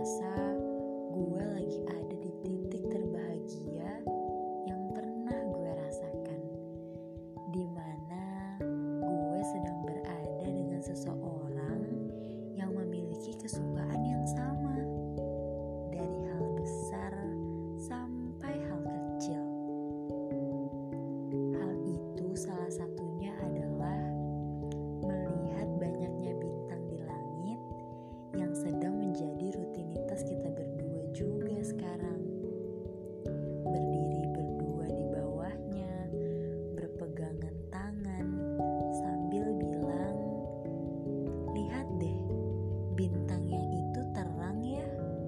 ngerasa gue lagi ada di titik terbahagia yang pernah gue rasakan, dimana gue sedang berada dengan seseorang yang memiliki kesukaan yang sama, dari hal besar sampai hal kecil. Hal itu salah satunya adalah melihat banyaknya bintang di langit yang sedang menjadi rutinitas kita berdua juga sekarang. Berdiri berdua di bawahnya, berpegangan tangan, sambil bilang, "Lihat deh, bintang yang itu terang ya."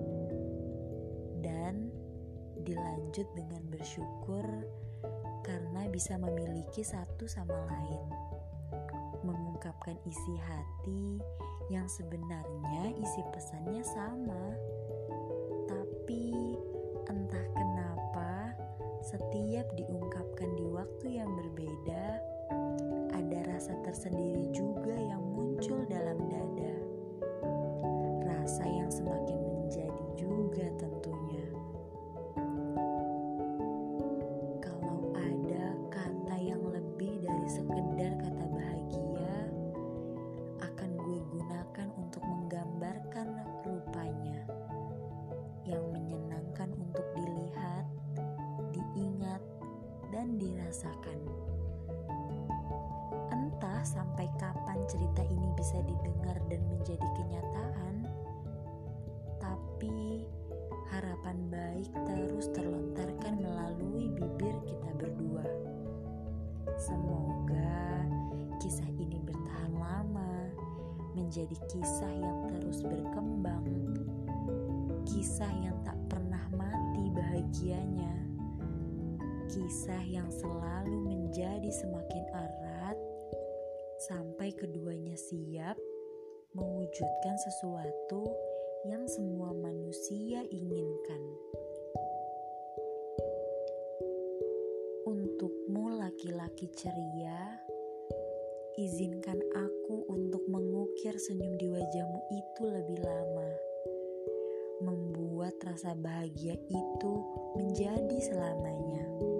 Dan dilanjut dengan bersyukur karena bisa memiliki satu sama lain, mengungkapkan isi hati yang sebenarnya isi pesannya sama, tapi entah kenapa setiap diungkapkan di waktu yang berbeda, ada rasa tersendiri juga yang muncul dalam dada, rasa yang semakin menjadi juga tentunya. Kalau ada kata yang lebih dari sekedar kata bahagia, akan gue gunakan untuk menggambarkan rupanya yang menyenangkan untuk dilihat, diingat, dan dirasakan. Entah sampai kapan cerita ini bisa didengar dan menjadi kenyataan, tapi harapan baik terus terlontarkan melalui bibir kita berdua. Semoga kisah ini bertahan lama, menjadi kisah yang terus berkembang, kisah yang tak pernah mati bahagianya, kisah yang selalu menjadi semakin erat sampai keduanya siap mewujudkan sesuatu yang semua manusia inginkan. Untukmu laki-laki ceria, izinkan aku untuk mengukir senyum di wajahmu itu lebih lama, membuat rasa bahagia itu menjadi selamanya.